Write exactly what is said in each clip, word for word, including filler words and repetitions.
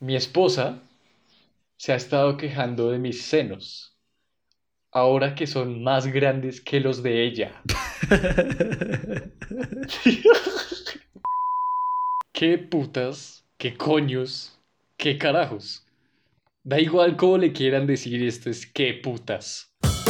Mi esposa se ha estado quejando de mis senos, ahora que son más grandes que los de ella. ¿Qué putas? ¿Qué coños? ¿Qué carajos? Da igual cómo le quieran decir esto, es qué putas.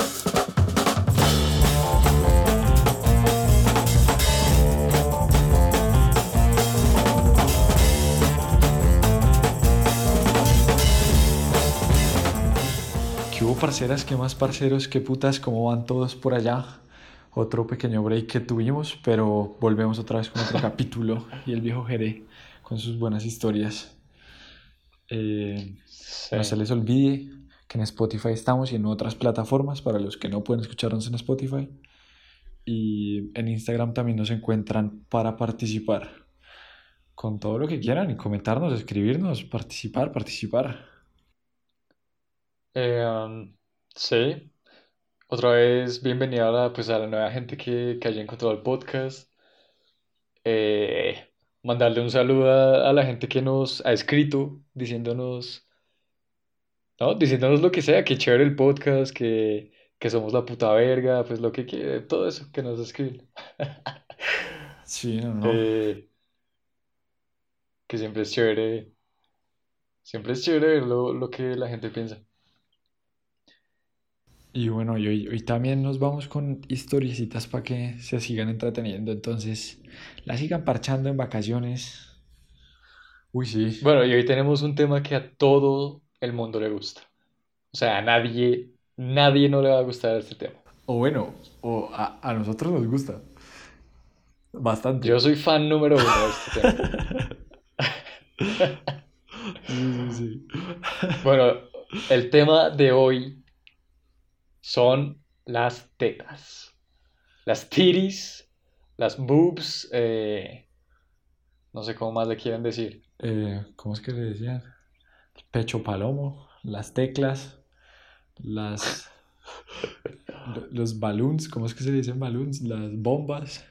¿Qué hubo, parceras? ¿Qué más, parceros? ¿Qué putas? ¿Cómo van todos por allá? Otro pequeño break que tuvimos, pero volvemos otra vez con otro capítulo y el viejo Jere con sus buenas historias. Eh, Sí. no se les olvide que en Spotify estamos y en otras plataformas para los que no pueden escucharnos en Spotify. Y en Instagram también nos encuentran para participar con todo lo que quieran y comentarnos, escribirnos, participar, participar. Eh, um, sí. Otra vez, bienvenida a la, pues, a la nueva gente que, que haya encontrado el podcast. Eh, mandarle un saludo a, a la gente que nos ha escrito diciéndonos, ¿no? Diciéndonos lo que sea, que chévere el podcast, que, que somos la puta verga, pues lo que quiere, todo eso que nos escriben. Sí, no, no. Eh, que siempre es chévere, siempre es chévere ver lo, lo que la gente piensa. Y bueno, y hoy, hoy también nos vamos con historiecitas para que se sigan entreteniendo. Entonces, la sigan parchando en vacaciones. Uy, sí. Bueno, y hoy tenemos un tema que a todo el mundo le gusta. O sea, a nadie, nadie no le va a gustar este tema. O bueno, o a, a nosotros nos gusta. Bastante. Yo soy fan número uno de este tema. Sí, sí, sí. Bueno, el tema de hoy son las tetas. Las titties, las boobs, eh, no sé cómo más le quieren decir. Eh, ¿cómo es que le decían? Pecho palomo, las teclas, las... lo- los balloons, ¿cómo es que se le dicen balloons? Las bombas.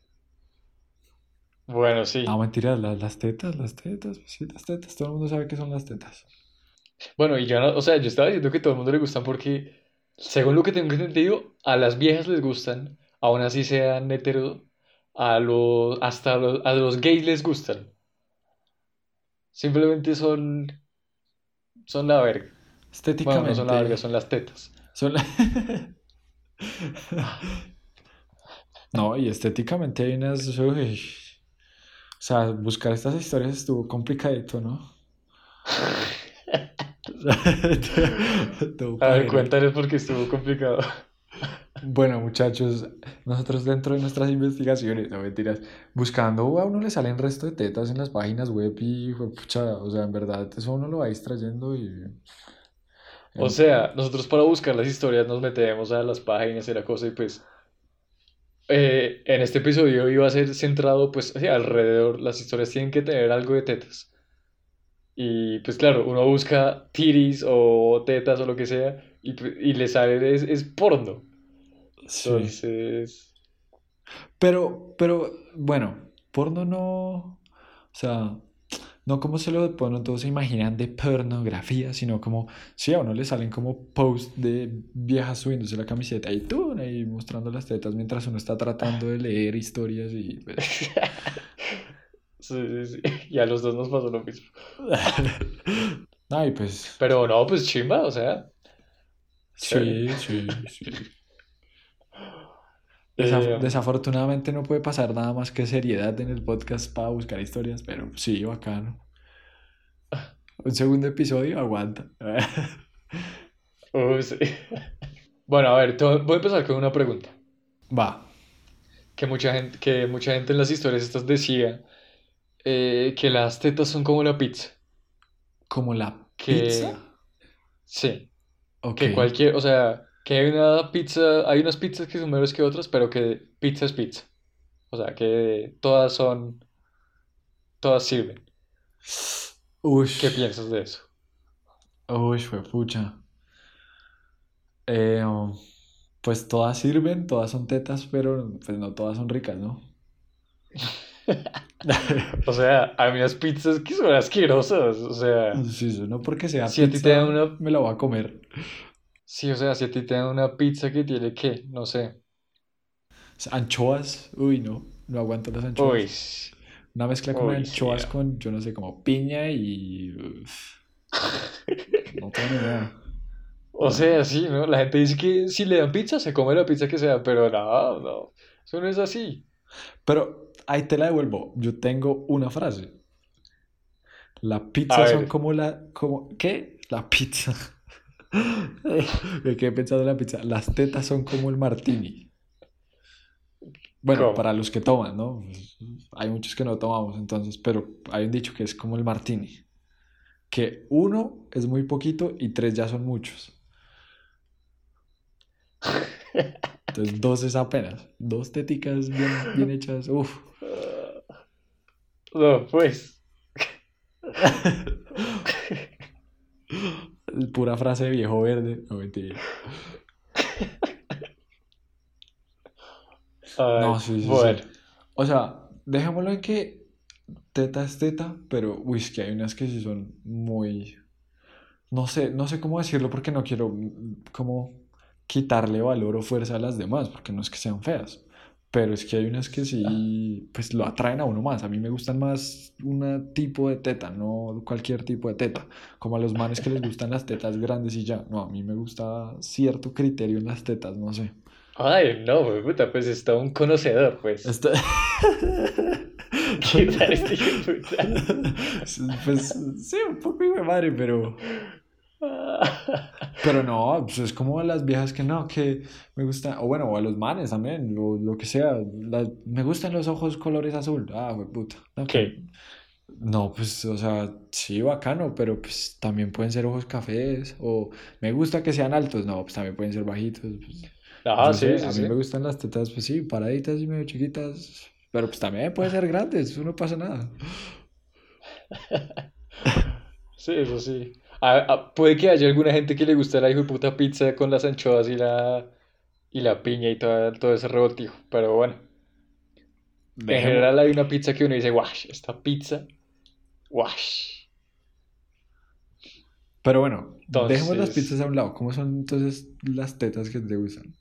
Bueno, No, sí. mentiras, las, las tetas, las tetas, pues sí, las tetas, todo el mundo sabe que son las tetas. Bueno, y yo no, o sea, yo estaba diciendo que a todo el mundo le gustan porque, según lo que tengo entendido, a las viejas les gustan, aún así sean hetero, a los, hasta a los, a los gays les gustan. Simplemente son, son la verga. Bueno, no son la verga, Estéticamente, son las tetas. son la- no, y estéticamente hay unas... uy, o sea, buscar estas historias estuvo complicadito, ¿no? Todo A ver, pajero. cuéntales porque estuvo complicado. Bueno, muchachos, nosotros dentro de nuestras investigaciones, no mentiras, buscando a uno le salen resto de tetas en las páginas web y, pucha, o sea, en verdad, eso uno lo va distrayendo y... O em, sea, nosotros para buscar las historias nos metemos a las páginas y la cosa y pues eh, en este episodio iba a ser centrado pues sí, alrededor, las historias tienen que tener algo de tetas. Y pues claro, uno busca titties o tetas o lo que sea y, pu- y le sale, es, es porno. sí. Entonces, Pero, pero, bueno, porno no, o sea, no como se lo ponen, todos se imaginan de pornografía, sino como, sí, a uno le salen como posts de viejas subiéndose la camiseta y tú ahí mostrando las tetas mientras uno está tratando de leer historias y pues... sí, sí, sí. Y a los dos nos pasó lo mismo. Ay, pues, Pero no, pues chimba, o sea, chévere. sí, sí, sí. Desaf- Eh, desafortunadamente no puede pasar nada más que seriedad en el podcast para buscar historias, pero sí, bacano. Un segundo episodio, aguanta. uh, sí. Bueno, a ver, te voy a empezar con una pregunta. Va, Que mucha gente, que mucha gente en las historias estas decía eh, que las tetas son como la pizza. como la pizza. Que sí, Ok. que cualquier, o sea, que hay una pizza, hay unas pizzas que son mejores que otras, pero que pizza es pizza. O sea, que todas son, todas sirven. ¿Qué Ush, piensas de eso? ush, fue pucha. Eh, um, pues todas sirven, todas son tetas, pero pues no todas son ricas, ¿no? O sea, hay unas pizzas que son asquerosas. O sea, Sí, eso no porque sea si a ti te dan pizza una... me la voy a comer. Sí, o sea, si a ti te dan una pizza que tiene qué, no sé. Anchoas, uy, no, no aguanto las Uy, anchoas. Una mezcla como de uy, sí, anchoas no. con, yo no sé, como piña y... uf, no tengo ni idea. O sea, sí, ¿no? La gente dice que si le dan pizza, se come la pizza que sea, pero no, no. Eso no es así. Pero ahí te la devuelvo. Yo tengo una frase. La A pizza son ver, como la... Como, ¿qué? La pizza. Me quedé pensando en la pizza. Las tetas son como el martini. Bueno, ¿cómo? para los que toman, ¿no? Hay muchos que no tomamos, entonces, pero hay un dicho que es como el martini. Que uno es muy poquito y tres ya son muchos. Entonces, dos es apenas. Dos teticas bien, bien hechas. Uf. No, pues. Pura frase de viejo verde. No, mentira. No, Ay, sí, sí, bueno. sí. O sea, dejémoslo en que teta es teta, pero uy, es que hay unas que sí son muy... No sé, no sé cómo decirlo porque no quiero mm, como quitarle valor o fuerza a las demás, porque no es que sean feas. Pero es que hay unas que sí, pues lo atraen a uno más. A mí me gustan más un tipo de teta, no cualquier tipo de teta. Como a los manes que les gustan las tetas grandes y ya. No, a mí me gusta cierto criterio en las tetas, no sé. Ay, no, pues, puta, pues está un conocedor, pues. Está... ¿Qué tal este hijo de puta? Pues sí, un poco hijo de madre, pero... Pero no, pues es como a las viejas que no, que me gusta, o bueno, o a los manes también, o lo que sea. la- me gustan los ojos colores azul. Ah, güey, puta. No, que, ¿Qué? no, pues, o sea, sí, bacano, pero pues también pueden ser ojos cafés, o me gusta que sean altos, no, pues también pueden ser bajitos. Pues, Ah, yo sí, sé, sí, a mí sí. me gustan las tetas, pues sí, paraditas y medio chiquitas, pero pues también pueden ser grandes, eso no pasa nada. Sí, eso sí. Ah, ah, puede que haya alguna gente que le guste la hijo de puta pizza con las anchoas y la, y la piña y todo, todo ese revoltijo. Pero bueno, en Dejemos, general hay una pizza que uno dice, wash, esta pizza, wash. pero bueno, dejemos las pizzas Entonces, a un lado. ¿Cómo son entonces las tetas que te gustan?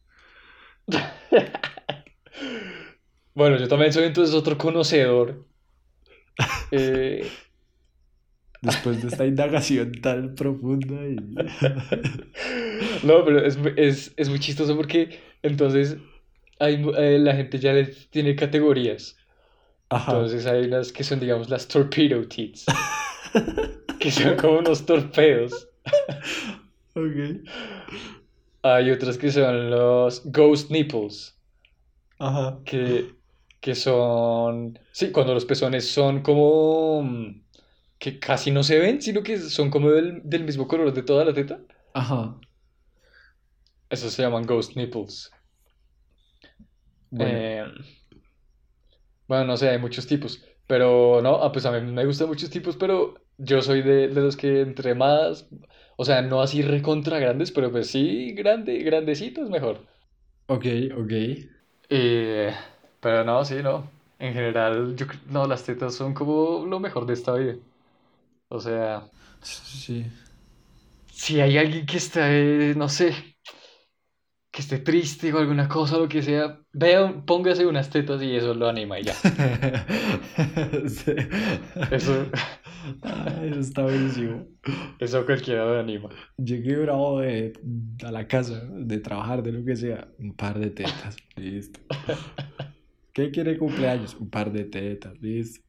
bueno, yo también soy entonces otro conocedor. Eh, Después de esta indagación tan profunda y... No, pero es, es, es muy chistoso porque entonces hay, mu- eh, la gente ya les tiene categorías. Ajá. Entonces hay unas que son, digamos, las torpedo tits, que son como unos torpedos. Ok. Hay otras que son los ghost nipples, Ajá. que, que son, sí, cuando los pezones son como, mm, que casi no se ven, sino que son como del, del mismo color de toda la teta. Ajá. Esos se llaman ghost nipples. Bueno. Eh, bueno, no sé, hay muchos tipos. Pero no, ah, pues a mí me gustan muchos tipos, pero yo soy de, de los que entre más, o sea, no así recontra grandes, pero pues sí, grande, grandecitos mejor. Ok, ok. Eh, pero no, sí, no. En general, yo cre- no, las tetas son como lo mejor de esta vida. O sea, Sí. si hay alguien que esté, no sé, que esté triste o alguna cosa, lo que sea, vea, póngase unas tetas y eso lo anima y ya. Sí. Eso, Ay, eso está buenísimo. eso cualquiera lo anima. Llegué bravo de, a la casa, de trabajar, de lo que sea. Un par de tetas. Listo. ¿Qué quiere cumpleaños? Un par de tetas. Listo.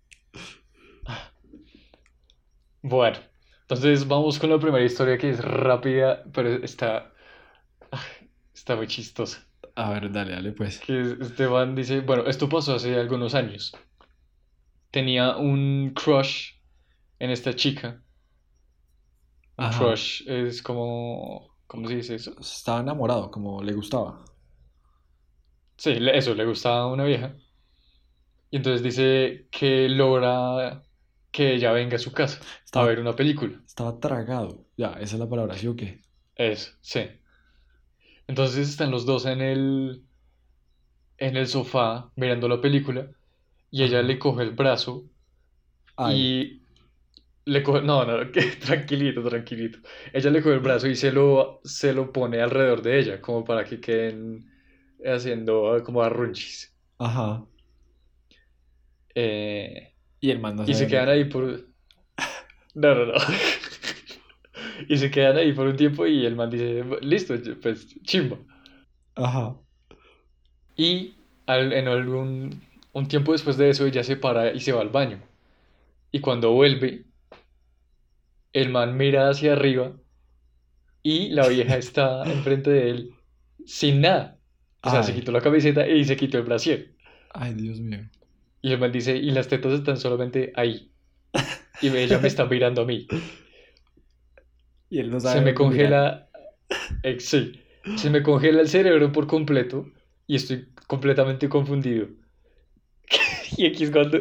Bueno, entonces vamos con la primera historia que es rápida, pero está, está muy chistosa. A ver, dale, dale, pues. Que Esteban dice, bueno, esto pasó hace algunos años. Tenía un crush en esta chica. Un Ajá. crush es como, ¿cómo se dice eso? Estaba enamorado, como le gustaba. Sí, le- eso, le gustaba a una vieja. Y entonces dice que logra que ella venga a su casa a ver Estaba, una película. estaba tragado. Ya, esa es la palabra, ¿sí o qué? Eso, sí. Entonces están los dos en el, en el sofá mirando la película y ella Ajá. le coge el brazo Ay, y le coge, no, no, que, tranquilito, tranquilito. Ella le coge el brazo y se lo, se lo pone alrededor de ella, como para que queden haciendo eh, como arrunchis. ajá. Eh, Y el man no y se se dio ni quedan ahí cuenta. por... No, no, no. Y se quedan ahí por un tiempo y el man dice, listo, pues chimba. Ajá. Y al- en algún un tiempo después de eso ella se para y se va al baño. Y cuando vuelve, el man mira hacia arriba y la vieja está enfrente de él sin nada. O sea, se Ay, quitó la camiseta y se quitó el brasier. ay, Dios mío. Y el man dice, y las tetas están solamente ahí. Y ella me está mirando a mí. Y él no Se sabe me dónde mirar. congela, eh, sí, se me congela el cerebro por completo y estoy completamente confundido. Y aquí es cuando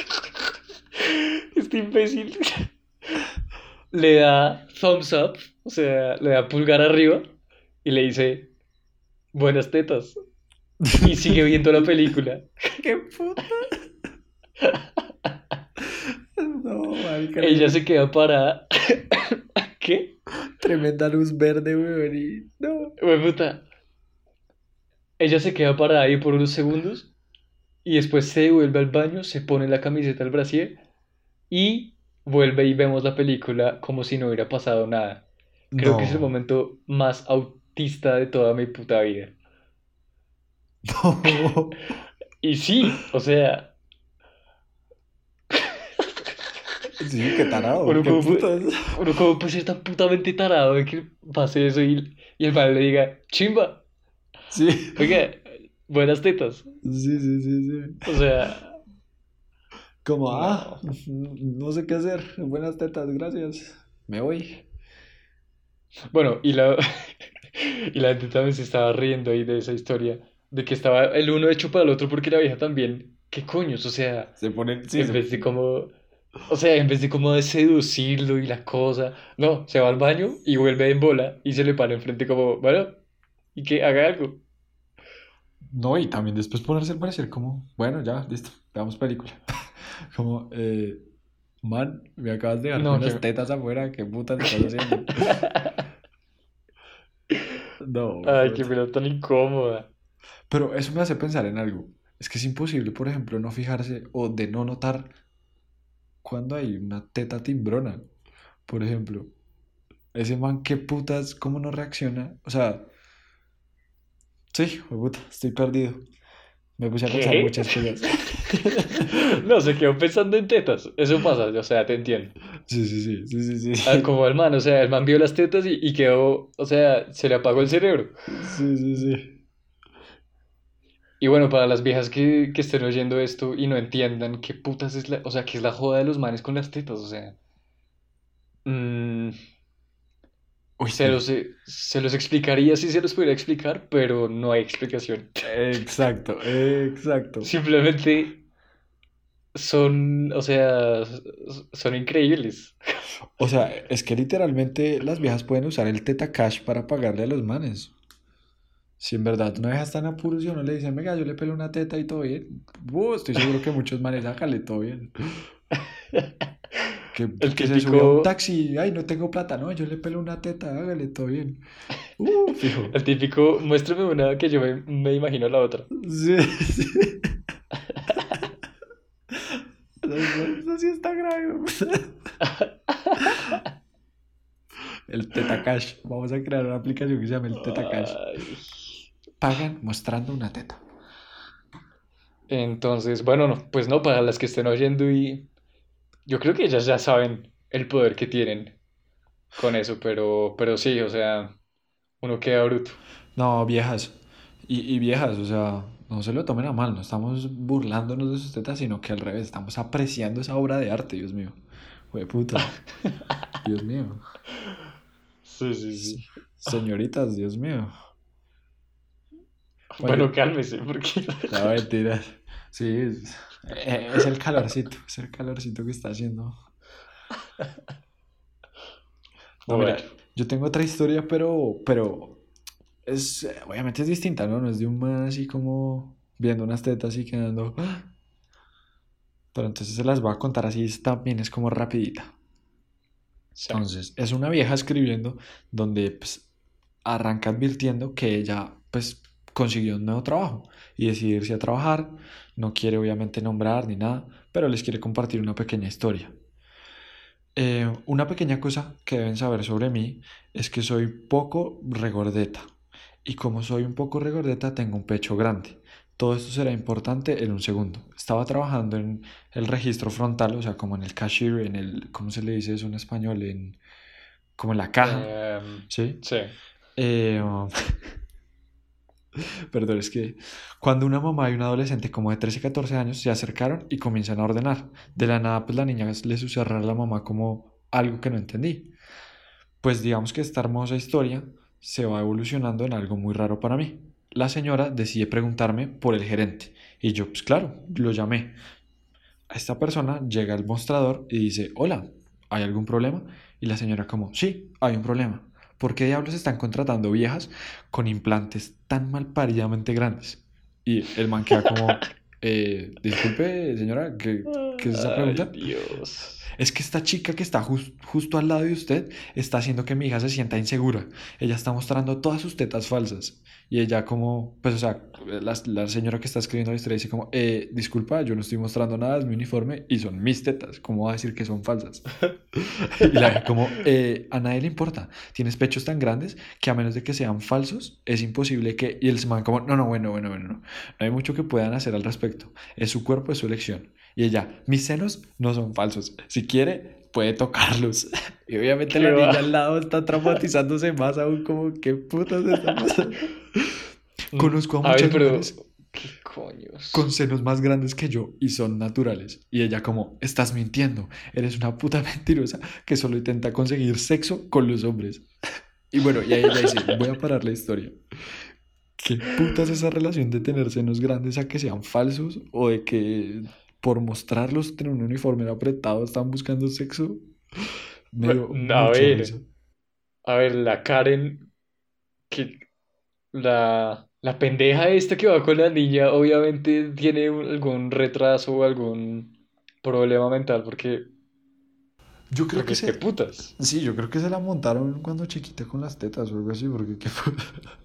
este imbécil le da thumbs up, o sea, le da pulgar arriba y le dice, buenas tetas. Y sigue viendo la película. ¡Qué puta! No, marica, le Ella dio se queda parada. ¿Qué? tremenda luz verde, weón. Y... No. Hue puta. Ella se queda parada ahí por unos segundos y después se devuelve al baño, se pone la camiseta al brasier y vuelve y vemos la película como si no hubiera pasado nada. Creo que es el No. momento más autista de toda mi puta vida. No. Y sí, o sea, Sí, qué tarado. uno Qué como, pu- putas. uno como puede ser tan putamente tarado de que pase eso y, y el man le diga, chimba, Sí. oiga, buenas tetas. Sí, sí, sí, O sí. sea, Como, ah, no. no sé qué hacer. Buenas tetas, gracias. Me voy. Bueno, y la, y la gente también se estaba riendo ahí de esa historia, de que estaba el uno hecho para el otro porque la vieja también, ¿qué coños? O sea, Se ponen, sí, en se vez de ponen. como, o sea, en vez de como de seducirlo y la cosa, no, se va al baño y vuelve en bola y se le para enfrente como, bueno, y que haga algo. No, y también después ponerse el parecer como, bueno, ya, listo, veamos película. Como, eh, man, me acabas de dejar No, con las que... tetas afuera, ¿qué putas estás haciendo? No, Ay, qué puta. pena tan incómoda. Pero eso me hace pensar en algo. Es que es imposible, por ejemplo, no fijarse o de no notar cuando hay una teta timbrona. Por ejemplo, ese man, ¿qué putas, cómo no reacciona? O sea, sí, puta, estoy perdido. Me puse a pensar ¿Qué? muchas cosas. No, se quedó pensando en tetas. Eso pasa, o sea, te entiendo. Sí, sí, sí, sí, sí, Ah, sí. como el man, o sea, el man vio las tetas y, y quedó, o sea, se le apagó el cerebro. Sí, sí, sí. Y bueno, para las viejas que, que estén oyendo esto y no entiendan qué putas es la, o sea, qué es la joda de los manes con las tetas, o sea, mm, Uy, se que... los, eh, se los explicaría si se los pudiera explicar, pero no hay explicación. Exacto, exacto. Simplemente son, o sea, s- son increíbles. O sea, es que literalmente las viejas pueden usar el Teta Cash para pagarle a los manes. Si en verdad una vieja está en apuros y uno le dice, venga, yo le pelo una teta y todo bien. Uh, estoy seguro que muchos manes, hágale todo bien. Que, El que se subió a un típico, taxi, ay, no tengo plata, no, yo le pelo una teta, hágale todo bien. Uh, fijo. el típico, muéstrame una que yo me, me imagino la otra. Sí, sí. Eso, eso sí está grave. El Teta Cash. Vamos a crear una aplicación que se llama el Teta Cash. Ay. Pagan mostrando una teta. Entonces, bueno, no, pues no, para las que estén oyendo y yo creo que ellas ya saben el poder que tienen con eso, pero, pero sí, o sea, uno queda bruto. No, viejas. Y, y viejas, o sea, no se lo tomen a mal, no estamos burlándonos de sus tetas, sino que al revés, estamos apreciando esa obra de arte, Dios mío. Jue puta, Dios mío. Sí, sí, S- sí. Señoritas, Dios mío. Bueno, Bueno, yo- cálmese, porque... no, mentiras. Sí, es, eh, es el calorcito, es el calorcito que está haciendo. No, Bueno, mira, yo tengo otra historia, pero, pero es, eh, obviamente es distinta, ¿no? No es de un man así como viendo unas tetas y quedando, "Ah", Pero entonces se las voy a contar así, también es como rapidita. Sí. Entonces, es una vieja escribiendo donde pues, arranca advirtiendo que ella pues consiguió un nuevo trabajo y decide irse a trabajar. No quiere obviamente nombrar ni nada, pero les quiere compartir una pequeña historia. Eh, una pequeña cosa que deben saber sobre mí es que soy poco regordeta. Y como soy un poco regordeta, tengo un pecho grande. Todo esto será importante en un segundo. Estaba trabajando en el registro frontal, o sea, como en el cashier, en el, ¿cómo se le dice eso en español? En, como en la caja, Em, ¿sí? sí. Eh, Perdón, es que cuando una mamá y un adolescente como de trece catorce años se acercaron y comienzan a ordenar, de la nada pues la niña le susurra a la mamá como algo que no entendí. Pues digamos que esta hermosa historia se va evolucionando en algo muy raro para mí. La señora decide preguntarme por el gerente y yo pues claro, lo llamé. A esta persona llega al mostrador y dice, hola, ¿hay algún problema? Y la señora como, sí, hay un problema. ¿Por qué diablos están contratando viejas con implantes tan malparidamente grandes? Y el man queda como, eh, disculpe señora, ¿qué, qué es esa Ay, pregunta? Dios. Es que esta chica que está jus- justo al lado de usted está haciendo que mi hija se sienta insegura. Ella está mostrando todas sus tetas falsas. Y ella como, pues o sea, la, la señora que está escribiendo la historia dice como, eh, disculpa, yo no estoy mostrando nada, es mi uniforme y son mis tetas. ¿Cómo va a decir que son falsas? Y la vieja como, eh, a nadie le importa. Tienes pechos tan grandes que a menos de que sean falsos, es imposible que... Y el man como, no, no, bueno, bueno, bueno, no. No hay mucho que puedan hacer al respecto. Es su cuerpo, es su elección. Y ella, mis senos no son falsos. Si quiere, puede tocarlos. Y obviamente ¿Qué la va? niña al lado está traumatizándose más aún como, ¿qué putas está pasando? Mm, Conozco a A ver, muchas pero... mujeres ¿Qué con coños? senos más grandes que yo y son naturales. Y ella como, estás mintiendo, eres una puta mentirosa que solo intenta conseguir sexo con los hombres. Y bueno, y ahí ella dice, voy a parar la historia. ¿Qué putas esa relación de tener senos grandes a que sean falsos o de que por mostrarlos tener un uniforme apretado están buscando sexo? Me Bueno, dio a mucha risa. ver, a ver, la Karen, que la, la pendeja esta que va con la niña, obviamente tiene un- algún retraso o algún problema mental, porque, Yo creo porque que es que se... putas. Sí, yo creo que se la montaron cuando chiquita con las tetas o algo así, porque qué puta.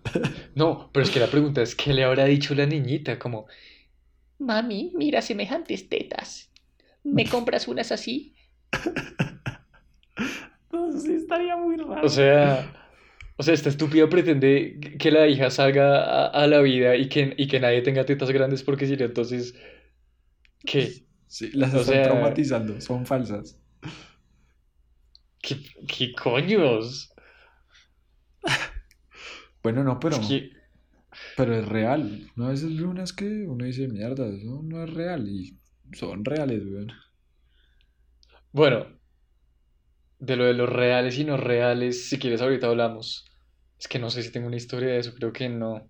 No, pero es que la pregunta es, ¿qué le habrá dicho la niñita? Como, mami, mira semejantes tetas. ¿Me compras unas así? No, sí estaría muy O raro. sea, o sea, esta estúpida pretende que la hija salga a, a la vida y que, y que nadie tenga tetas grandes porque si no, entonces, ¿qué? Sí, las O están sea, traumatizando, son falsas. ¿qué, qué coños? Bueno, no, Es pero, que, pero es real. No, a veces ve unas que uno dice, mierda, eso no es real. Y son reales, weón. bueno, de lo de los reales y no reales, si quieres ahorita hablamos. Es que no sé si tengo una historia de eso, creo que no.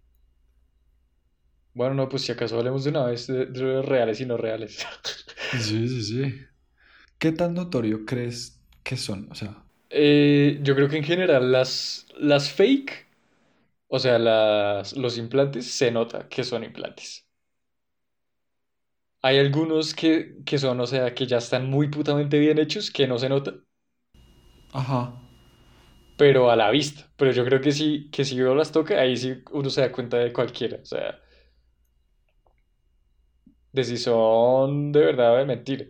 Bueno, no, pues si acaso hablemos de una vez de, de los reales y no reales. Sí, sí, sí. ¿Qué tan notorio crees que son? O sea, Eh, yo creo que en general las, las fake, o sea, las, los implantes, se nota que son implantes. Hay algunos que, que son, o sea, que ya están muy putamente bien hechos, que no se nota, ajá. pero a la vista. Pero yo creo que sí, que si uno las toca, ahí sí uno se da cuenta de cualquiera. O sea, de si son de verdad o de mentira.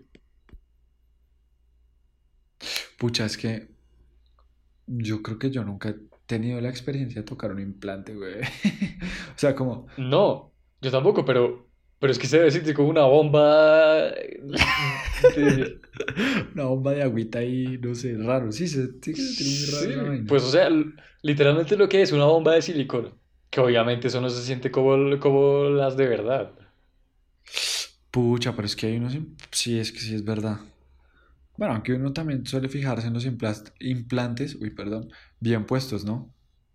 Pucha, es que yo creo que yo nunca he tenido la experiencia de tocar un implante, güey. O sea, como No, yo tampoco, pero, pero es que se debe sentir como una bomba de... una bomba de agüita ahí, no sé, raro. Sí, se tiene que sentir muy raro Sí, esa vaina. pues o sea, l- literalmente lo que es una bomba de silicona, que obviamente eso no se siente como, como las de verdad. Pucha, pero es que hay unos... im- Sí, es que sí es verdad. Bueno, aunque uno también suele fijarse en los implas- implantes, uy, perdón, bien puestos, ¿no?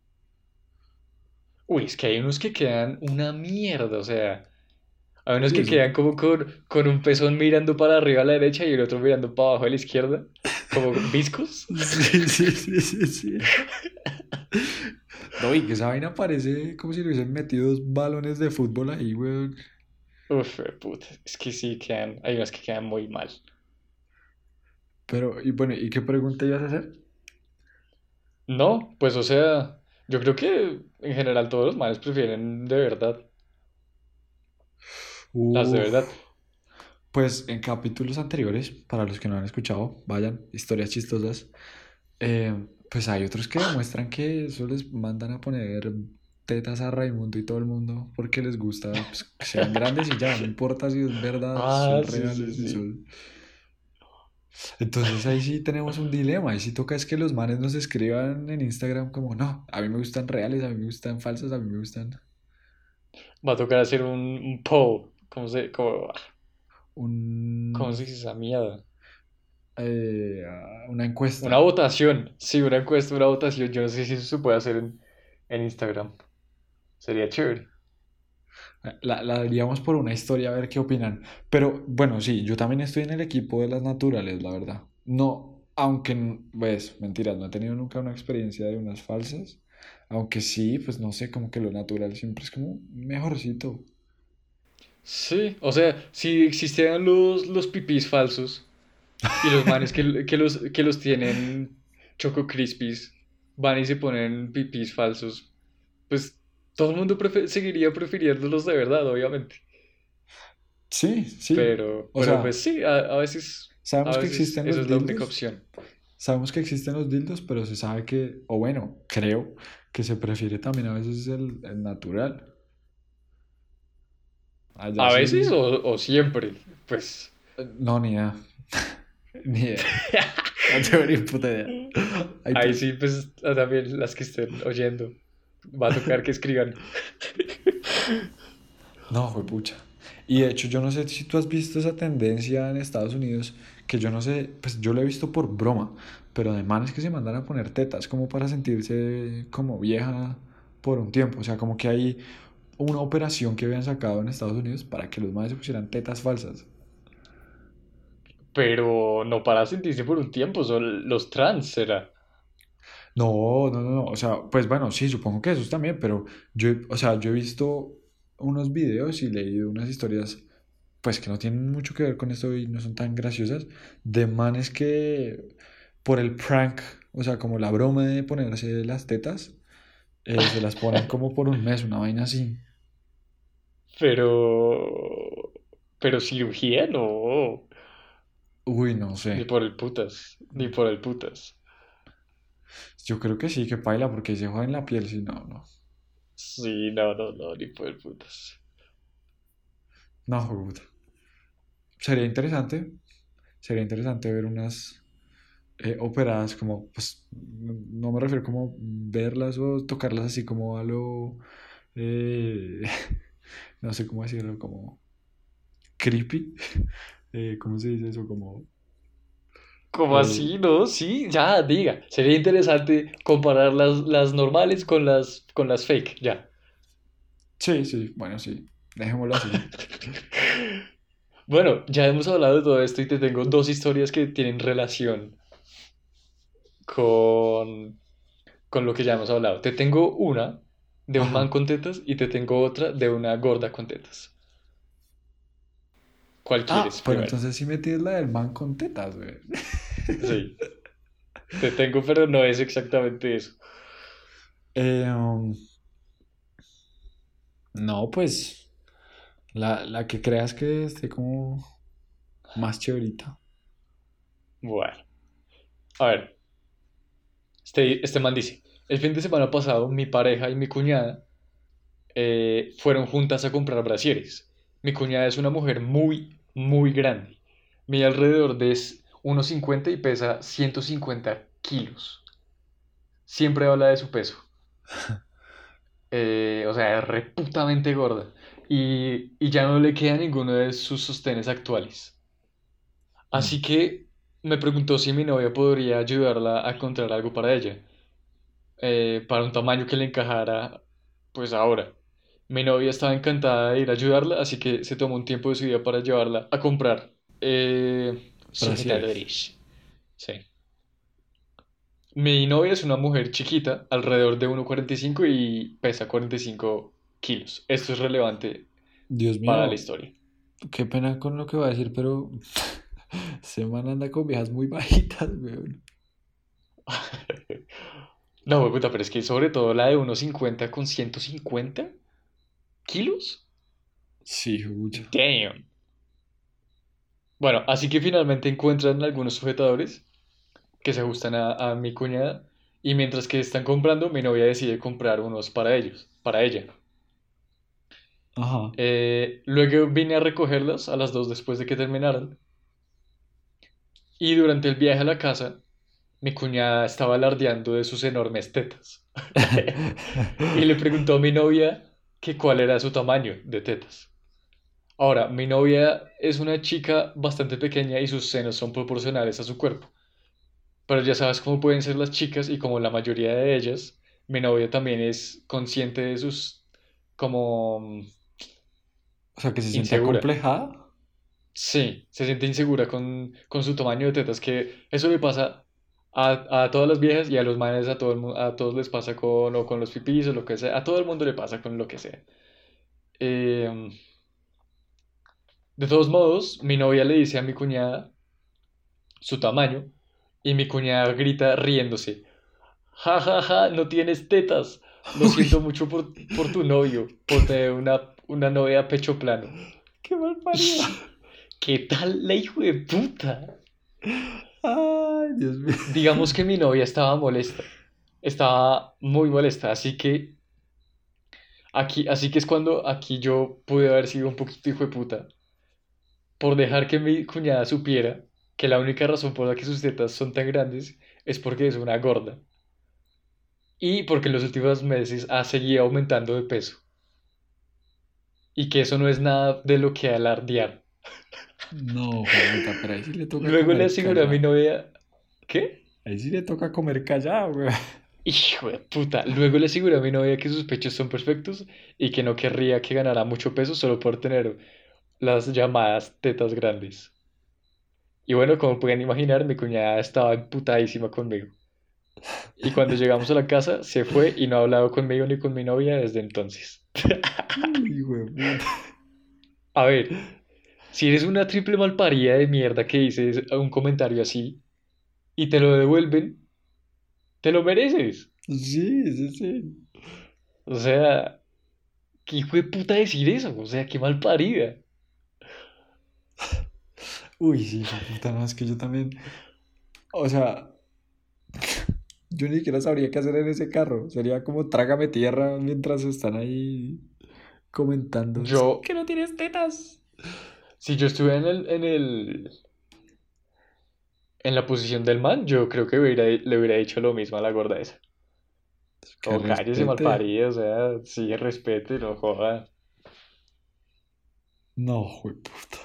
Uy, es que hay unos que quedan una mierda, o sea, hay unos Sí, que eso. quedan como con, con un pezón mirando para arriba a la derecha y el otro mirando para abajo a la izquierda, como viscos. Sí, sí, sí, sí, sí. No, y que esa vaina parece como si le hubiesen metido dos balones de fútbol ahí, weón. Uf, puta, es que sí quedan, hay unas que quedan muy mal. Pero, y bueno, ¿y qué pregunta ibas a hacer? No, pues o sea, yo creo que en general todos los males prefieren de verdad, las de Uf. verdad. Pues en capítulos anteriores, para los que no han escuchado, vayan, historias chistosas. eh, pues hay otros que demuestran que eso les mandan a poner tetas a Raimundo y todo el mundo porque les gusta pues, que sean grandes y ya, no importa si es verdad, si son Ah, sí, sí, reales, si sí. son... Entonces ahí sí tenemos un dilema, ahí sí toca es que los manes nos escriban en Instagram como, no, a mí me gustan reales, a mí me gustan falsas, a mí me gustan Va a tocar hacer un, un poll. ¿Cómo se, cómo, cómo un, se dice esa mierda? eh, una Una encuesta. votación. Sí, una encuesta, una votación. Yo no sé si eso se puede hacer en, en Instagram. Sería chévere. La, la daríamos por una historia a ver qué opinan. Pero bueno, sí, yo también estoy en el equipo de las naturales, la verdad. No, aunque, n- pues, mentiras, no he tenido nunca una experiencia de unas falsas. Aunque sí, pues no sé, como que lo natural siempre es como mejorcito. Sí, o sea, si existieran los, los pipís falsos y los manes que, que los, que los tienen Choco Crispies van y se ponen pipís falsos, pues todo el mundo prefe- seguiría prefiriendo los de verdad, obviamente. Sí, sí. Pero, O pero sea, pues sí, a, a veces, a sabemos que veces existen esa los es la única dildos, opción. sabemos que existen los dildos, pero se sabe que, o bueno, creo que se prefiere también a veces el, el natural. Allá A veces sí, o, o siempre, pues. eh, no, ni idea, ni idea. No tengo ni puta idea. Ahí Ahí pues, sí, pues también las que estén oyendo, va a tocar que escriban. no, fue pucha. Y de hecho, yo no sé si tú has visto esa tendencia en Estados Unidos, que yo no sé, pues yo lo he visto por broma, pero de manes que se mandan a poner tetas como para sentirse como vieja por un tiempo. O sea, como que hay una operación que habían sacado en Estados Unidos para que los manes se pusieran tetas falsas. Pero no para sentirse por un tiempo, son los trans, será. No, no, no, no. O sea, pues bueno, sí, supongo que esos también, pero yo, he- o sea, yo he visto unos videos y leído unas historias, pues que no tienen mucho que ver con esto y no son tan graciosas, de manes que por el prank, o sea, como la broma de ponerse las tetas, eh, se las ponen como por un mes, una vaina así. Pero. Pero cirugía no. Uy, no sé. Ni por el putas. Ni por el putas. Yo creo que sí, que paila, porque se joden la piel, si no, no. Sí, no, no, no, ni por el putas. No, puta. Sería interesante, sería interesante ver unas eh, operadas como, pues, no no me refiero como verlas o tocarlas así como a lo, eh, no sé cómo decirlo, como creepy, eh, ¿cómo se dice eso? Como, ¿Cómo eh, así, no? Sí, ya, diga. Sería interesante comparar las, las normales con las, con las fake, ya. sí, sí, bueno, sí, dejémoslo así. Bueno, ya hemos hablado de todo esto y te tengo dos historias que tienen relación con, con lo que ya hemos hablado. Te tengo una de un man Ajá. con tetas y te tengo otra de una gorda con tetas. ¿Cuál Ah, quieres pero primero? entonces sí me tienes la del man con tetas, güey. Sí, te tengo, pero no es exactamente eso. Eh, um, no, pues, la, la que creas que esté como más chéverita. Bueno, a ver, este, este man dice, el fin de semana pasado mi pareja y mi cuñada eh, fueron juntas a comprar brasieres. Mi cuñada es una mujer muy, muy grande. Mide alrededor de uno cincuenta y pesa ciento cincuenta kilos. Siempre habla de su peso. Eh, o sea, es reputamente gorda. Y, y ya no le queda ninguno de sus sostenes actuales. Mm. Así que me preguntó si mi novia podría ayudarla a encontrar algo para ella, eh, para un tamaño que le encajara, pues ahora. Mi novia estaba encantada de ir a ayudarla, así que se tomó un tiempo de su día para llevarla a comprar eh, Brasieres. sujetadores. Sí. Mi novia es una mujer chiquita, alrededor de uno cuarenta y cinco y pesa cuarenta y cinco kilos. Esto es relevante Dios para la mío, historia. qué pena con lo que va a decir, pero ese man anda con viejas muy bajitas, weón. No, puta, pero es que sobre todo la de uno cincuenta con ciento cincuenta kilos. Sí, mucho. Damn. Bueno, así que finalmente encuentran algunos sujetadores que se ajustan a, a mi cuñada y mientras que están comprando, mi novia decide comprar unos para ellos, para ella. Ajá. Eh, luego vine a recogerlas a las dos después de que terminaran y durante el viaje a la casa, mi cuñada estaba alardeando de sus enormes tetas y le preguntó a mi novia que cuál era su tamaño de tetas. Ahora, mi novia es una chica bastante pequeña y sus senos son proporcionales a su cuerpo. Pero ya sabes cómo pueden ser las chicas y como la mayoría de ellas, mi novia también es consciente de sus, como mm, O sea, que se siente insegura. acomplejada. Sí, se siente insegura con, con su tamaño de tetas, que eso le pasa a, a todas las viejas y a los manes, a, todo el mu- a todos les pasa con, o con los pipis o lo que sea, a todo el mundo le pasa con lo que sea. Eh, de todos modos, mi novia le dice a mi cuñada su tamaño y mi cuñada grita riéndose. Ja, ja, ja, no tienes tetas. Lo siento Uy, mucho por, por tu novio, por tener una, una novia a pecho plano. qué mal parido. ¿Qué tal la hijo de puta? Ay, Dios mío. Digamos que mi novia estaba molesta. Estaba muy molesta, así que aquí, así que es cuando aquí yo pude haber sido un poquito hijo de puta por dejar que mi cuñada supiera que la única razón por la que sus tetas son tan grandes es porque es una gorda y porque en los últimos meses ha seguido aumentando de peso. Y que eso no es nada de lo que alardear. No, jueputa, pero ahí sí le toca Luego le comer aseguré a mi callado. novia, ¿qué? Ahí sí le toca comer callado, weón. Hijo de puta. Luego le aseguré a mi novia que sus pechos son perfectos y que no querría que ganara mucho peso solo por tener las llamadas tetas grandes. Y bueno, como pueden imaginar, mi cuñada estaba emputadísima conmigo. Y cuando llegamos a la casa, se fue y no ha hablado conmigo ni con mi novia desde entonces. Uy, hueputa. A ver, si eres una triple malparida de mierda que dices un comentario así y te lo devuelven, te lo mereces. Sí, sí, sí. O sea, ¿qué hijo de puta decir eso? O sea, qué mal parida. Uy, sí, jueputa, no, es que yo también. O sea, yo ni siquiera sabría qué hacer en ese carro. Sería como trágame tierra mientras están ahí comentando. Es Yo, que no tienes tetas. si yo estuviera en el, en el, en la posición del man, yo creo que hubiera- le hubiera dicho lo mismo a la gorda esa. Que Como cállese mal respete. parida, o sea, sí, respete, no joda. No, jueputa.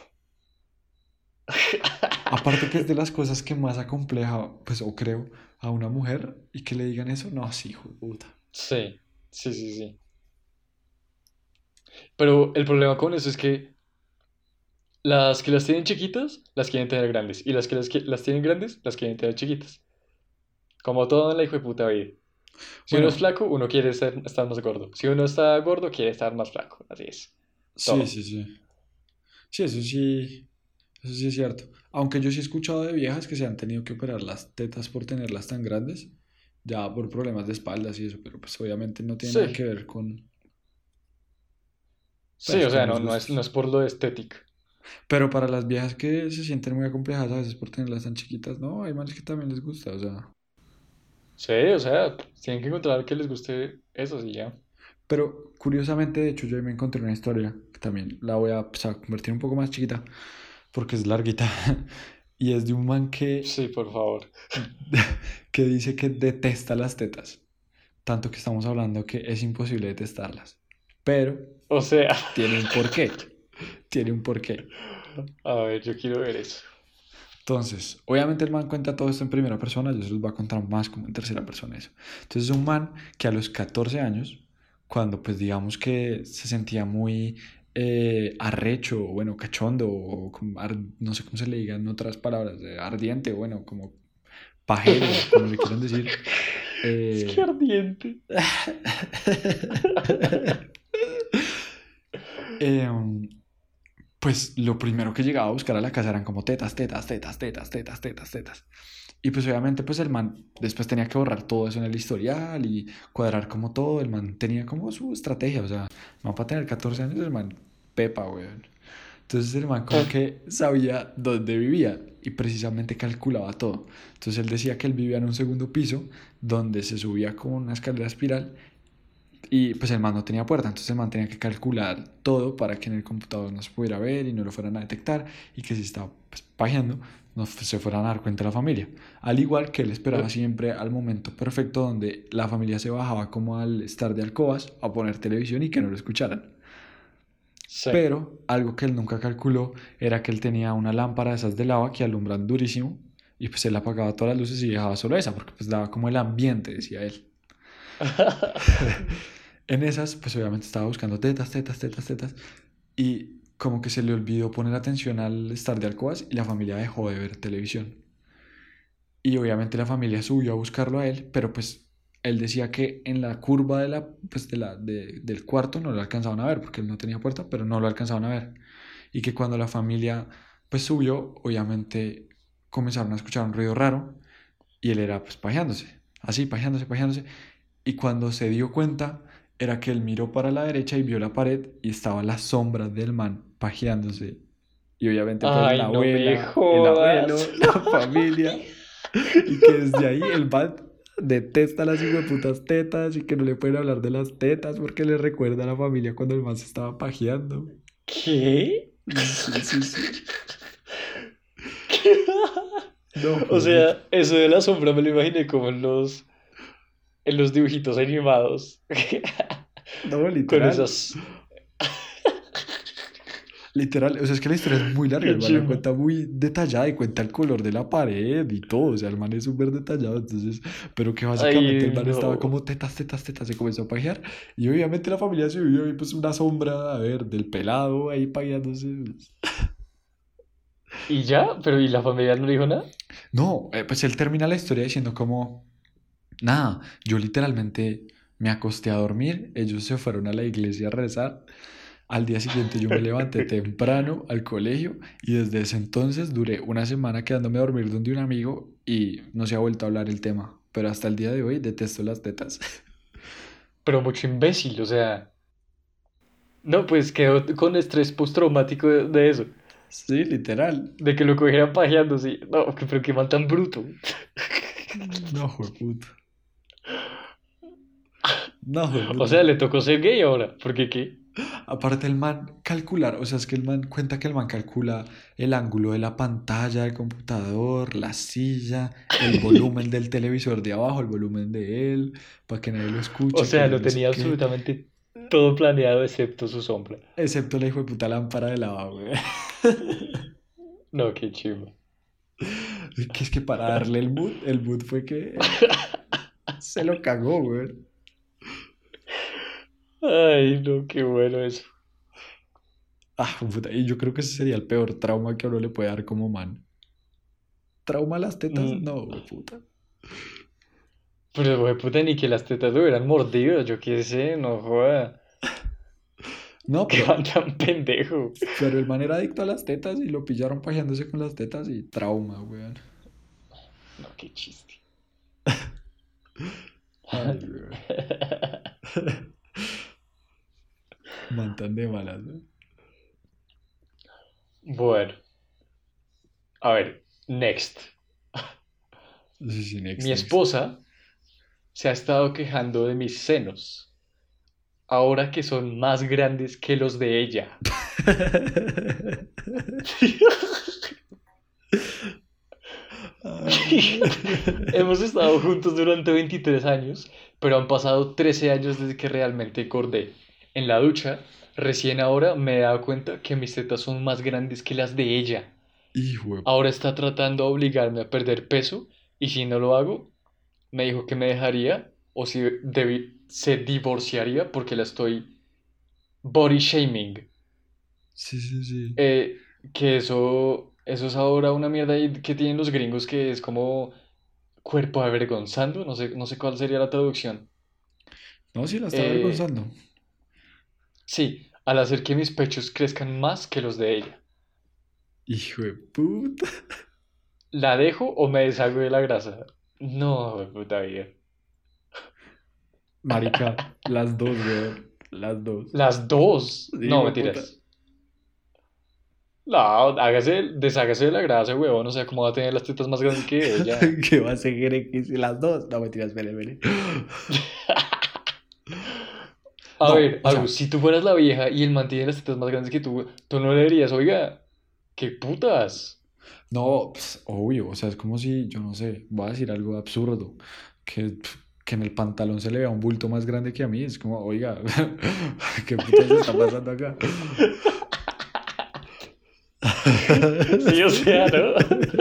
Aparte que es de las cosas que más acompleja, pues, o creo, a una mujer y que le digan eso. No, sí, jueputa. Sí, sí, sí, sí. Pero el problema con eso es que las que las tienen chiquitas, las quieren tener grandes. Y las que las, que- las tienen grandes, las quieren tener chiquitas. Como todo en la hijo de puta vida. Si uno es Bueno, flaco, uno quiere ser- estar más gordo. Si uno está gordo, quiere estar más flaco. Así es. sí, Todo. sí, sí. Sí, eso sí, eso sí es cierto. Aunque yo sí he escuchado de viejas que se han tenido que operar las tetas por tenerlas tan grandes, ya por problemas de espaldas y eso, pero pues obviamente no tiene nada que Sí. ver con, Sí, pues, o con sea, los no, no es, no gustos. es por lo estético. Pero para las viejas que se sienten muy acomplejadas a veces por tenerlas tan chiquitas, no, hay manes que también les gusta, o sea. Sí, o sea, tienen que encontrar que les guste eso, sí, ya. Pero curiosamente, de hecho, yo ahí me encontré una historia que también la voy a, pues, a convertir un poco más chiquita, porque es larguita. Y es de un man que, Sí, por favor. que dice que detesta las tetas. Tanto que estamos hablando que es imposible detestarlas. Pero O sea, tiene un porqué. Tiene un porqué. a ver, yo quiero ver eso. Entonces, obviamente el man cuenta todo esto en primera persona, yo se los voy a contar más como en tercera persona eso. Entonces es un man que a los catorce años, cuando pues digamos que se sentía muy eh, arrecho, o bueno, cachondo, o como ar- no sé cómo se le digan en otras palabras, eh, ardiente, o bueno, como pajero, como le quieran decir. Es que eh, ardiente. eh, pues lo primero que llegaba a buscar a la casa eran como tetas, tetas, tetas, tetas, tetas, tetas, tetas. Y pues obviamente pues el man después tenía que borrar todo eso en el historial y cuadrar como todo. El man tenía como su estrategia, o sea, el man para tener catorce años, el man pepa, weón. Entonces el man como que sabía dónde vivía y precisamente calculaba todo. Entonces él decía que él vivía en un segundo piso donde se subía con una escalera espiral y pues el man no tenía puerta, entonces el man tenía que calcular todo para que en el computador no se pudiera ver y no lo fueran a detectar y que si estaba pues, pajeando no se fueran a dar cuenta la familia. Al igual que él esperaba Eh, siempre al momento perfecto donde la familia se bajaba como al estar de alcobas a poner televisión y que no lo escucharan. Sí. Pero algo que él nunca calculó era que él tenía una lámpara de esas de lava que alumbran durísimo y pues él apagaba todas las luces y dejaba solo esa porque pues daba como el ambiente, decía él. En esas, pues obviamente estaba buscando tetas, tetas, tetas, tetas. Y como que se le olvidó poner atención al estar de Alcoas y la familia dejó de ver televisión. Y obviamente la familia subió a buscarlo a él, pero pues él decía que en la curva de la, pues de la, de- del cuarto no lo alcanzaban a ver, porque él no tenía puerta, pero no lo alcanzaban a ver. Y que cuando la familia pues subió, obviamente comenzaron a escuchar un ruido raro y él era pues pajeándose, así, pajeándose, pajeándose. Y cuando se dio cuenta, era que él miró para la derecha y vio la pared y estaba la sombra del man pajeándose. Y obviamente, pues la Ay, no me abuela, el jodas. abuelo, la familia. Y que desde ahí el man detesta las hijueputas tetas y que no le pueden hablar de las tetas porque le recuerda a la familia cuando el man se estaba pajeando. ¿Qué? Sí, sí, sí. ¿Qué? No, O fue puta. sea, eso de la sombra me lo imaginé como en los, en los dibujitos animados. No, Con literal. esas. Literal, o sea, es que la historia es muy larga, Qué el man la chimba. cuenta muy detallada y cuenta el color de la pared y todo, o sea, el man es súper detallado, entonces, pero que básicamente el Ay, man estaba no. como tetas, tetas, tetas, se comenzó a pajear y obviamente la familia se vio y pues una sombra, a ver, del pelado ahí pajeándose. ¿Y ya? ¿Pero y la familia no le dijo nada? No, eh, pues él termina la historia diciendo como, nada, yo literalmente me acosté a dormir, ellos se fueron a la iglesia a rezar. Al día siguiente yo me levanté temprano al colegio y desde ese entonces duré una semana quedándome a dormir donde un amigo y no se ha vuelto a hablar el tema. Pero hasta el día de hoy detesto las tetas. Pero mucho imbécil, o sea. No, pues quedó con estrés postraumático de, de eso. Sí, literal. De que lo cogieran pajeando, sí. No, que- pero qué mal tan bruto. No, jueputa. No, O jueputa. sea, le tocó ser gay ahora. ¿Por qué qué? Aparte el man calcular, o sea, es que el man cuenta que el man calcula el ángulo de la pantalla del computador, la silla, el volumen del televisor de abajo, el volumen de él, para que nadie lo O escuche, que sea, yo lo no sé tenía qué, absolutamente todo planeado excepto su sombra. excepto la hijo de puta lámpara de lava, güey. No, qué chido. Que es que para darle el mood, el mood fue que se lo cagó, güey. Ay, no, qué bueno eso. Ah, puta, y yo creo que ese sería el peor trauma que a uno le puede dar como man. ¿Trauma a las tetas? Mm, No, güey, puta. Pero, güey, puta, ni que las tetas lo hubieran mordido, yo qué sé, no joda. No, Qué pero, van tan pendejo. pero el man era adicto a las tetas y lo pillaron pajeándose con las tetas y trauma, güey. No, qué chiste. Ay, güey. Man tan de malas, güey. Bueno, a ver, next. Sí, sí, next, Mi next. esposa se ha estado quejando de mis senos, ahora que son más grandes que los de ella. Ay. Hemos estado juntos durante veintitrés años, pero han pasado trece años desde que realmente acordé. En la ducha, recién ahora me he dado cuenta que mis tetas son más grandes que las de ella. Hijo de Ahora está tratando de obligarme a perder peso y si no lo hago, me dijo que me dejaría o si debi- se divorciaría porque la estoy body shaming. sí, sí, sí. Eh, que eso, eso es ahora una mierda ahí que tienen los gringos que es como cuerpo avergonzando, no sé, no sé cuál sería la traducción. No, sí la está Eh, avergonzando. sí, al hacer que mis pechos crezcan más que los de ella. Hijo de puta. ¿La dejo o me deshago de la grasa? No, güey, puta vida. Marica, las dos, weón. Las dos. Las dos. Sí, No, hijo de puta. mentiras. No, hágase, deshágase de la grasa, huevón. O sea, ¿cómo va a tener las tetas más grandes que ella? ¿Qué va a seguir X y las dos? No, mentiras, espere, espere. A No, ver, o Agus, sea, si tú fueras la vieja y él mantiene las tetas más grandes que tú, tú no le dirías, oiga, qué putas. no, pues, obvio, o sea, es como si, yo no sé, voy a decir algo absurdo, que, pf, que en el pantalón se le vea un bulto más grande que a mí, es como, oiga, ¿qué putas está pasando acá? Sí, o sea, ¿no?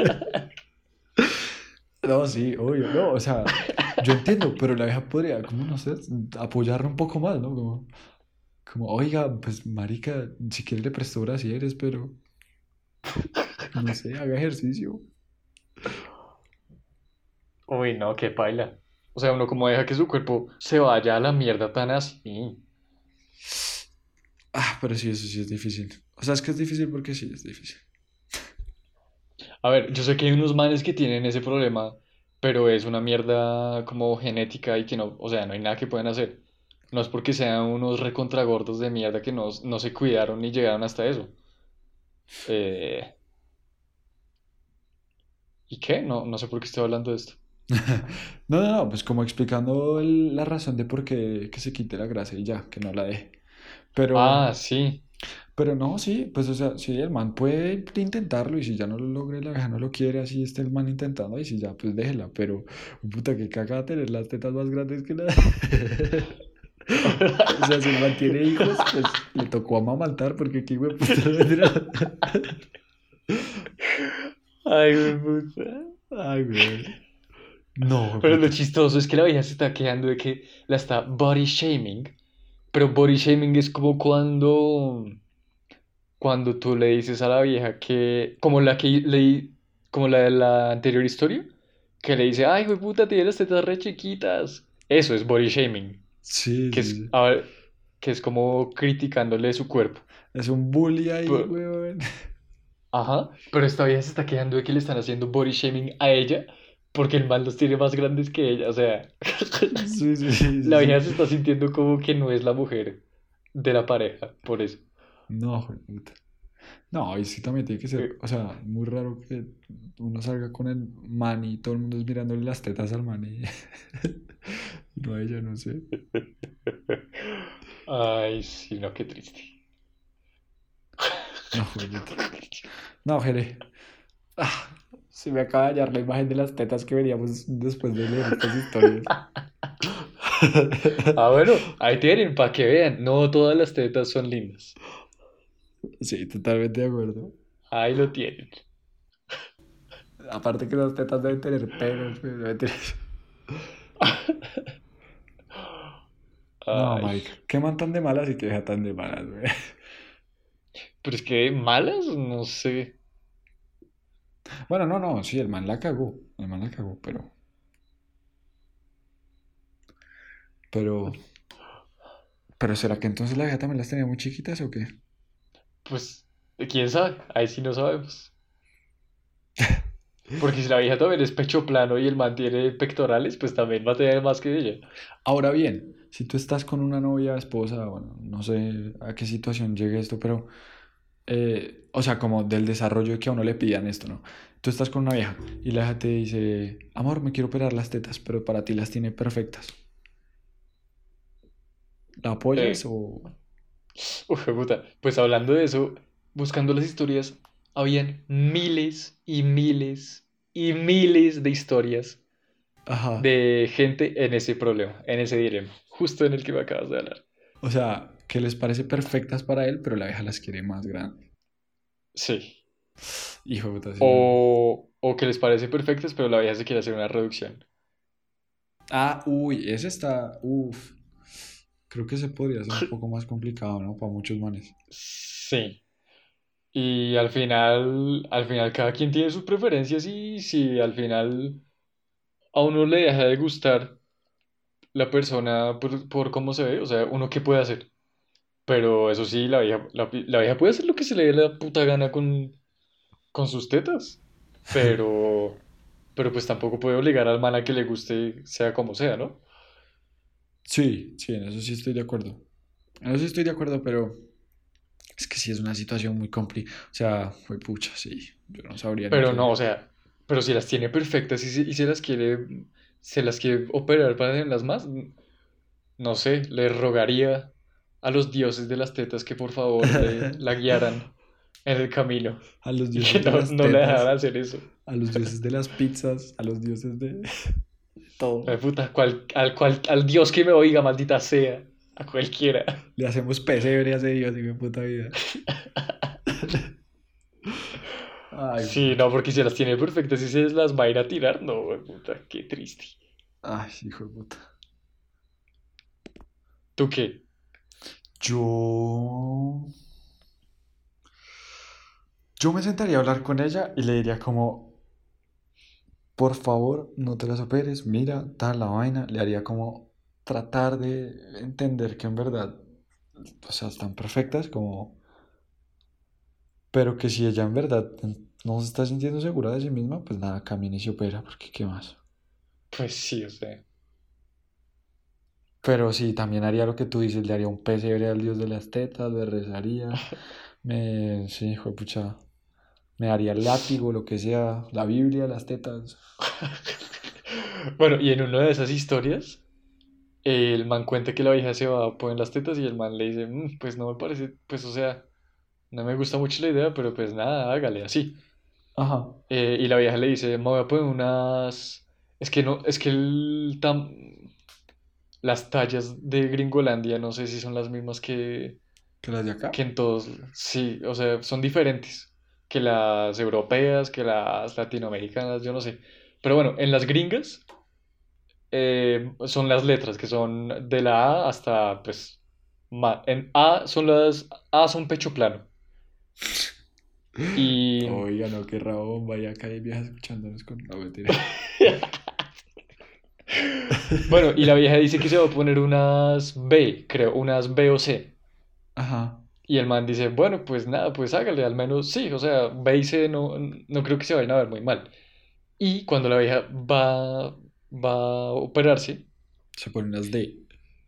No, sí, obvio, no, o sea, yo entiendo, pero la vieja podría, como no sé, apoyarlo un poco más, ¿no? Como, como, oiga, pues, marica, si quiere le presto brasieres, pero, no sé, haga ejercicio. Uy, no, qué paila. O sea, uno como deja que su cuerpo se vaya a la mierda tan así. Ah, pero sí, eso sí es difícil. O sea, es que es difícil porque sí, es difícil. A ver, yo sé que hay unos manes que tienen ese problema, pero es una mierda como genética y que no, o sea, no hay nada que puedan hacer. No es porque sean unos recontragordos de mierda que no, no se cuidaron ni llegaron hasta eso. Eh, ¿y qué? No, no sé por qué estoy hablando de esto. No, no, no, pues como explicando el- la razón de por qué que se quite la grasa y ya, que no la deje. Pero, Ah, sí. pero no, sí, pues o sea, sí, el man puede intentarlo y si ya no lo logra y la vieja no lo quiere, así está el man intentando y si ya, pues déjela. Pero, puta, que caga tener las tetas más grandes que la... O sea, si el man tiene hijos, pues le tocó amamantar porque qué hijo de puta no vendrá. Ay, güey, puta. Ay, güey. No, Pero lo puta. chistoso es que la vieja se está quejando de que la está body shaming. Pero body shaming es como cuando, cuando tú le dices a la vieja que, como la que leí, como la de la anterior historia, que le dice, ay, güey, puta, tienes las tetas re chiquitas. Eso es body shaming, Sí, que sí, es, sí. a ver, que es como criticándole su cuerpo. Es un bully ahí, Pero- weón. ajá, pero esta vieja se está quejando de que le están haciendo body shaming a ella porque el man los tiene más grandes que ella. O sea, Sí, sí, sí, sí, la sí. vieja se está sintiendo como que no es la mujer de la pareja, por eso. No, joder, puta. No, y sí también tiene que ser, Eh, o sea, muy raro que uno salga con el man y todo el mundo es mirándole las tetas al man y, y no a ella, no sé. Ay, sí, no, qué triste. No, joder, puta. No, Jere. Ah, se me acaba de hallar la imagen de las tetas que veríamos después de leer estas historias. Ah, bueno, ahí tienen, para que vean. No todas las tetas son lindas. Sí, totalmente de acuerdo. Ahí lo tienen. Aparte que las tetas deben tener pelos, pues, deben tener... No, Ay, marica, qué man tan de malas y qué deja tan de malas, güey. pero es que malas, no sé. Bueno, no, no, sí, el man la cagó, el man la cagó, pero, pero, pero ¿será que entonces la vieja también las tenía muy chiquitas o qué? Pues, quién sabe, ahí sí no sabemos. Porque si la vieja también es pecho plano y el man tiene pectorales, pues también va a tener más que ella. Ahora bien, si tú estás con una novia, esposa, bueno, no sé a qué situación llegue esto, pero, eh, o sea, como del desarrollo de que a uno le pidan esto, ¿no? Tú estás con una vieja y la vieja te dice, amor, me quiero operar las tetas, pero para ti las tiene perfectas. ¿La apoyas Eh, o...? uf, puta. Pues hablando de eso, buscando las historias, habían miles y miles y miles de historias Ajá. de gente en ese problema, en ese dilema, justo en el que me acabas de hablar. O sea, que les parece perfectas para él, pero la vieja las quiere más grandes. Sí. Hijo de puta, sí, eso- O, o que les parece perfectas, pero la vieja se quiere hacer una reducción. Ah, uy, ese está... Uf. Creo que se podría ser un poco más complicado, ¿no? Para muchos manes. Sí. Y al final, al final cada quien tiene sus preferencias y si al final a uno le deja de gustar la persona por, por cómo se ve, o sea, uno qué puede hacer. Pero eso sí, la vieja, la, la vieja puede hacer lo que se le dé la puta gana con, con sus tetas. Pero, pero pues tampoco puede obligar al man a que le guste, sea como sea, ¿no? Sí, sí, en eso sí estoy de acuerdo. En eso sí estoy de acuerdo, pero es que sí es una situación muy complicada. O sea, fue pucha, sí. Yo no sabría ni Pero no, qué. o sea, pero si las tiene perfectas y se, y se las quiere, se las quiere operar para tenerlas más, no sé, le rogaría a los dioses de las tetas que por favor le la guiaran en el camino A los y que dioses de no, las no le tetas, dejaran hacer eso. a los dioses de las pizzas, a los dioses de Ay, todo. puta, cual- al, cual, al dios que me oiga, maldita sea, a cualquiera. Le hacemos pesebre a ese dios y mi puta vida. Ay, Sí, pucha. no, porque si las tiene perfectas y se las va a ir a tirar, no, güey, puta, qué triste. Ay, hijo de puta. ¿Tú qué? Yo. Yo me sentaría a hablar con ella y le diría como, por favor, no te las operes, mira, tal la vaina. Le haría como tratar de entender que en verdad, o sea, están perfectas, como, pero que si ella en verdad no se está sintiendo segura de sí misma, pues nada, camina y se opera, porque qué más. Pues sí, o sea. Pero sí, también haría lo que tú dices, le haría un pesebre al dios de las tetas, le rezaría, me, sí, hijo de pucha, me daría el látigo, lo que sea, la Biblia, las tetas. Bueno, y en una de esas historias, el man cuenta que la vieja se va a poner las tetas y el man le dice, "Mm, pues no me parece, pues o sea, no me gusta mucho la idea, pero pues nada, hágale así. Ajá, Eh, y la vieja le dice, me voy a poner unas... Es que no, es que el tam- las tallas de Gringolandia no sé si son las mismas que, que las de acá. que en todos, sí, o sea, son diferentes que las europeas, que las latinoamericanas, yo no sé. Pero bueno, en las gringas eh, son las letras que son de la A hasta, pues, ma- en A son las, A son pecho plano. Y, Oiga, no, qué rabón, vaya acá hay viejas escuchándonos con... No, mentira. bueno, y la vieja dice que se va a poner unas B, creo, unas B o C. Ajá. Y el man dice, bueno, pues nada, pues hágale, al menos sí, o sea, B y C no, no creo que se vayan a ver muy mal. Y cuando la vieja va, va a operarse, Se ponen unas D.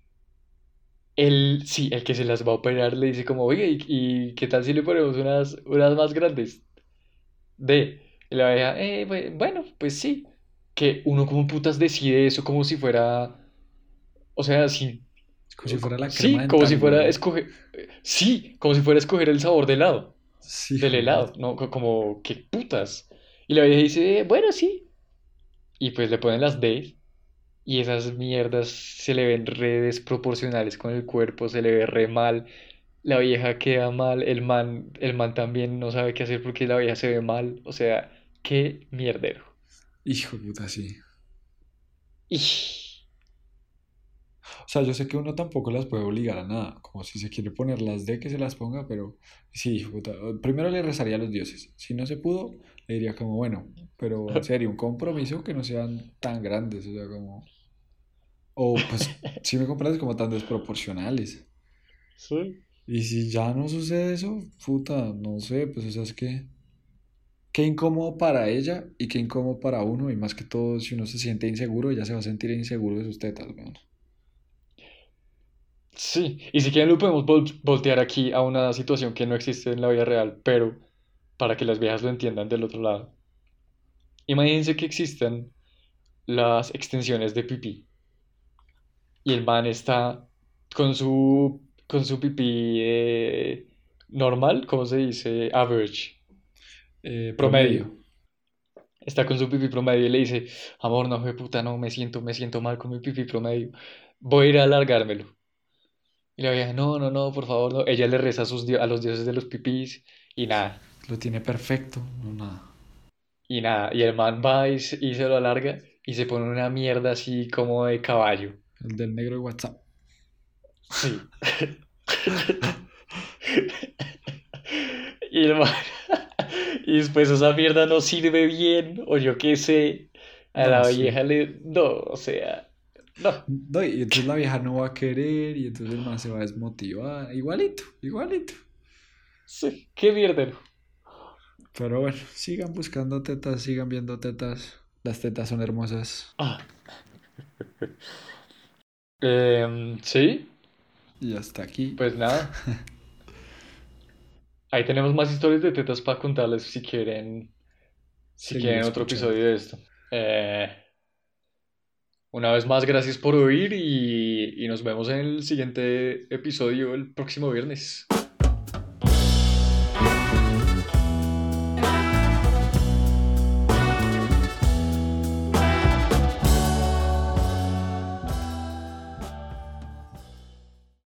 él, sí, el que se las va a operar le dice como, oye, ¿y, y qué tal si le ponemos unas, unas más grandes? D. Y la vieja, eh, bue- bueno, pues sí. Que uno como putas decide eso como si fuera, o sea, sí, Es como si fuera la crema sí, como si dental, fuera weón. escoger, sí, como si fuera escoger el sabor del helado, Sí, del hijo de puta. helado, ¿no? Co- Como, qué putas. Y la vieja dice, "Eh, bueno, sí." Y pues le ponen las D y esas mierdas se le ven re desproporcionales con el cuerpo, se le ve re mal. La vieja queda mal, el man, el man también no sabe qué hacer porque la vieja se ve mal. O sea, qué mierdero. Hijo de puta, sí. Ish. O sea, yo sé que uno tampoco las puede obligar a nada. Como si se quiere poner las D, que se las ponga, pero sí, hijo de puta. Primero le rezaría a los dioses. Si no se pudo, le diría como, bueno, pero en serio, un compromiso que no sean tan grandes. O sea, como... O pues, si me compras como tan desproporcionales. Sí. Y si ya no sucede eso, puta, no sé, pues o sea, es que qué incómodo para ella y qué incómodo para uno, y más que todo si uno se siente inseguro, ella se va a sentir inseguro de sus tetas, weón. Sí, y si quieren lo podemos vol- voltear aquí a una situación que no existe en la vida real, pero para que las viejas lo entiendan del otro lado. Imagínense que existen las extensiones de pipí y el man está con su, con su pipí eh, normal, ¿cómo se dice? Average, Eh, promedio. promedio. Está con su pipí promedio y le dice, amor, no, de puta, no, me siento, me siento mal con mi pipí promedio. Voy a ir a alargármelo. Y la vieja, no, no, no, por favor, no. Ella le reza a, sus dio- a los dioses de los pipís y nada, Lo tiene perfecto, no nada. y nada. Y el man va y se, y se lo alarga y se pone una mierda así como de caballo. El del negro de WhatsApp. Sí. Y el man, y después esa mierda no sirve bien, o yo qué sé. A No, la sí. vieja le, no, o sea, no. No, y entonces la vieja no va a querer y entonces el man se va a desmotivar. Igualito, igualito. Sí, qué mierda. Pero bueno, sigan buscando tetas, sigan viendo tetas. Las tetas son hermosas. Ah, em, sí, Y hasta aquí. pues nada. Ahí tenemos más historias de tetas para contarles si quieren, si Seguir quieren otro escuchando. episodio de esto. Eh, una vez más, gracias por oír y, y nos vemos en el siguiente episodio el próximo viernes.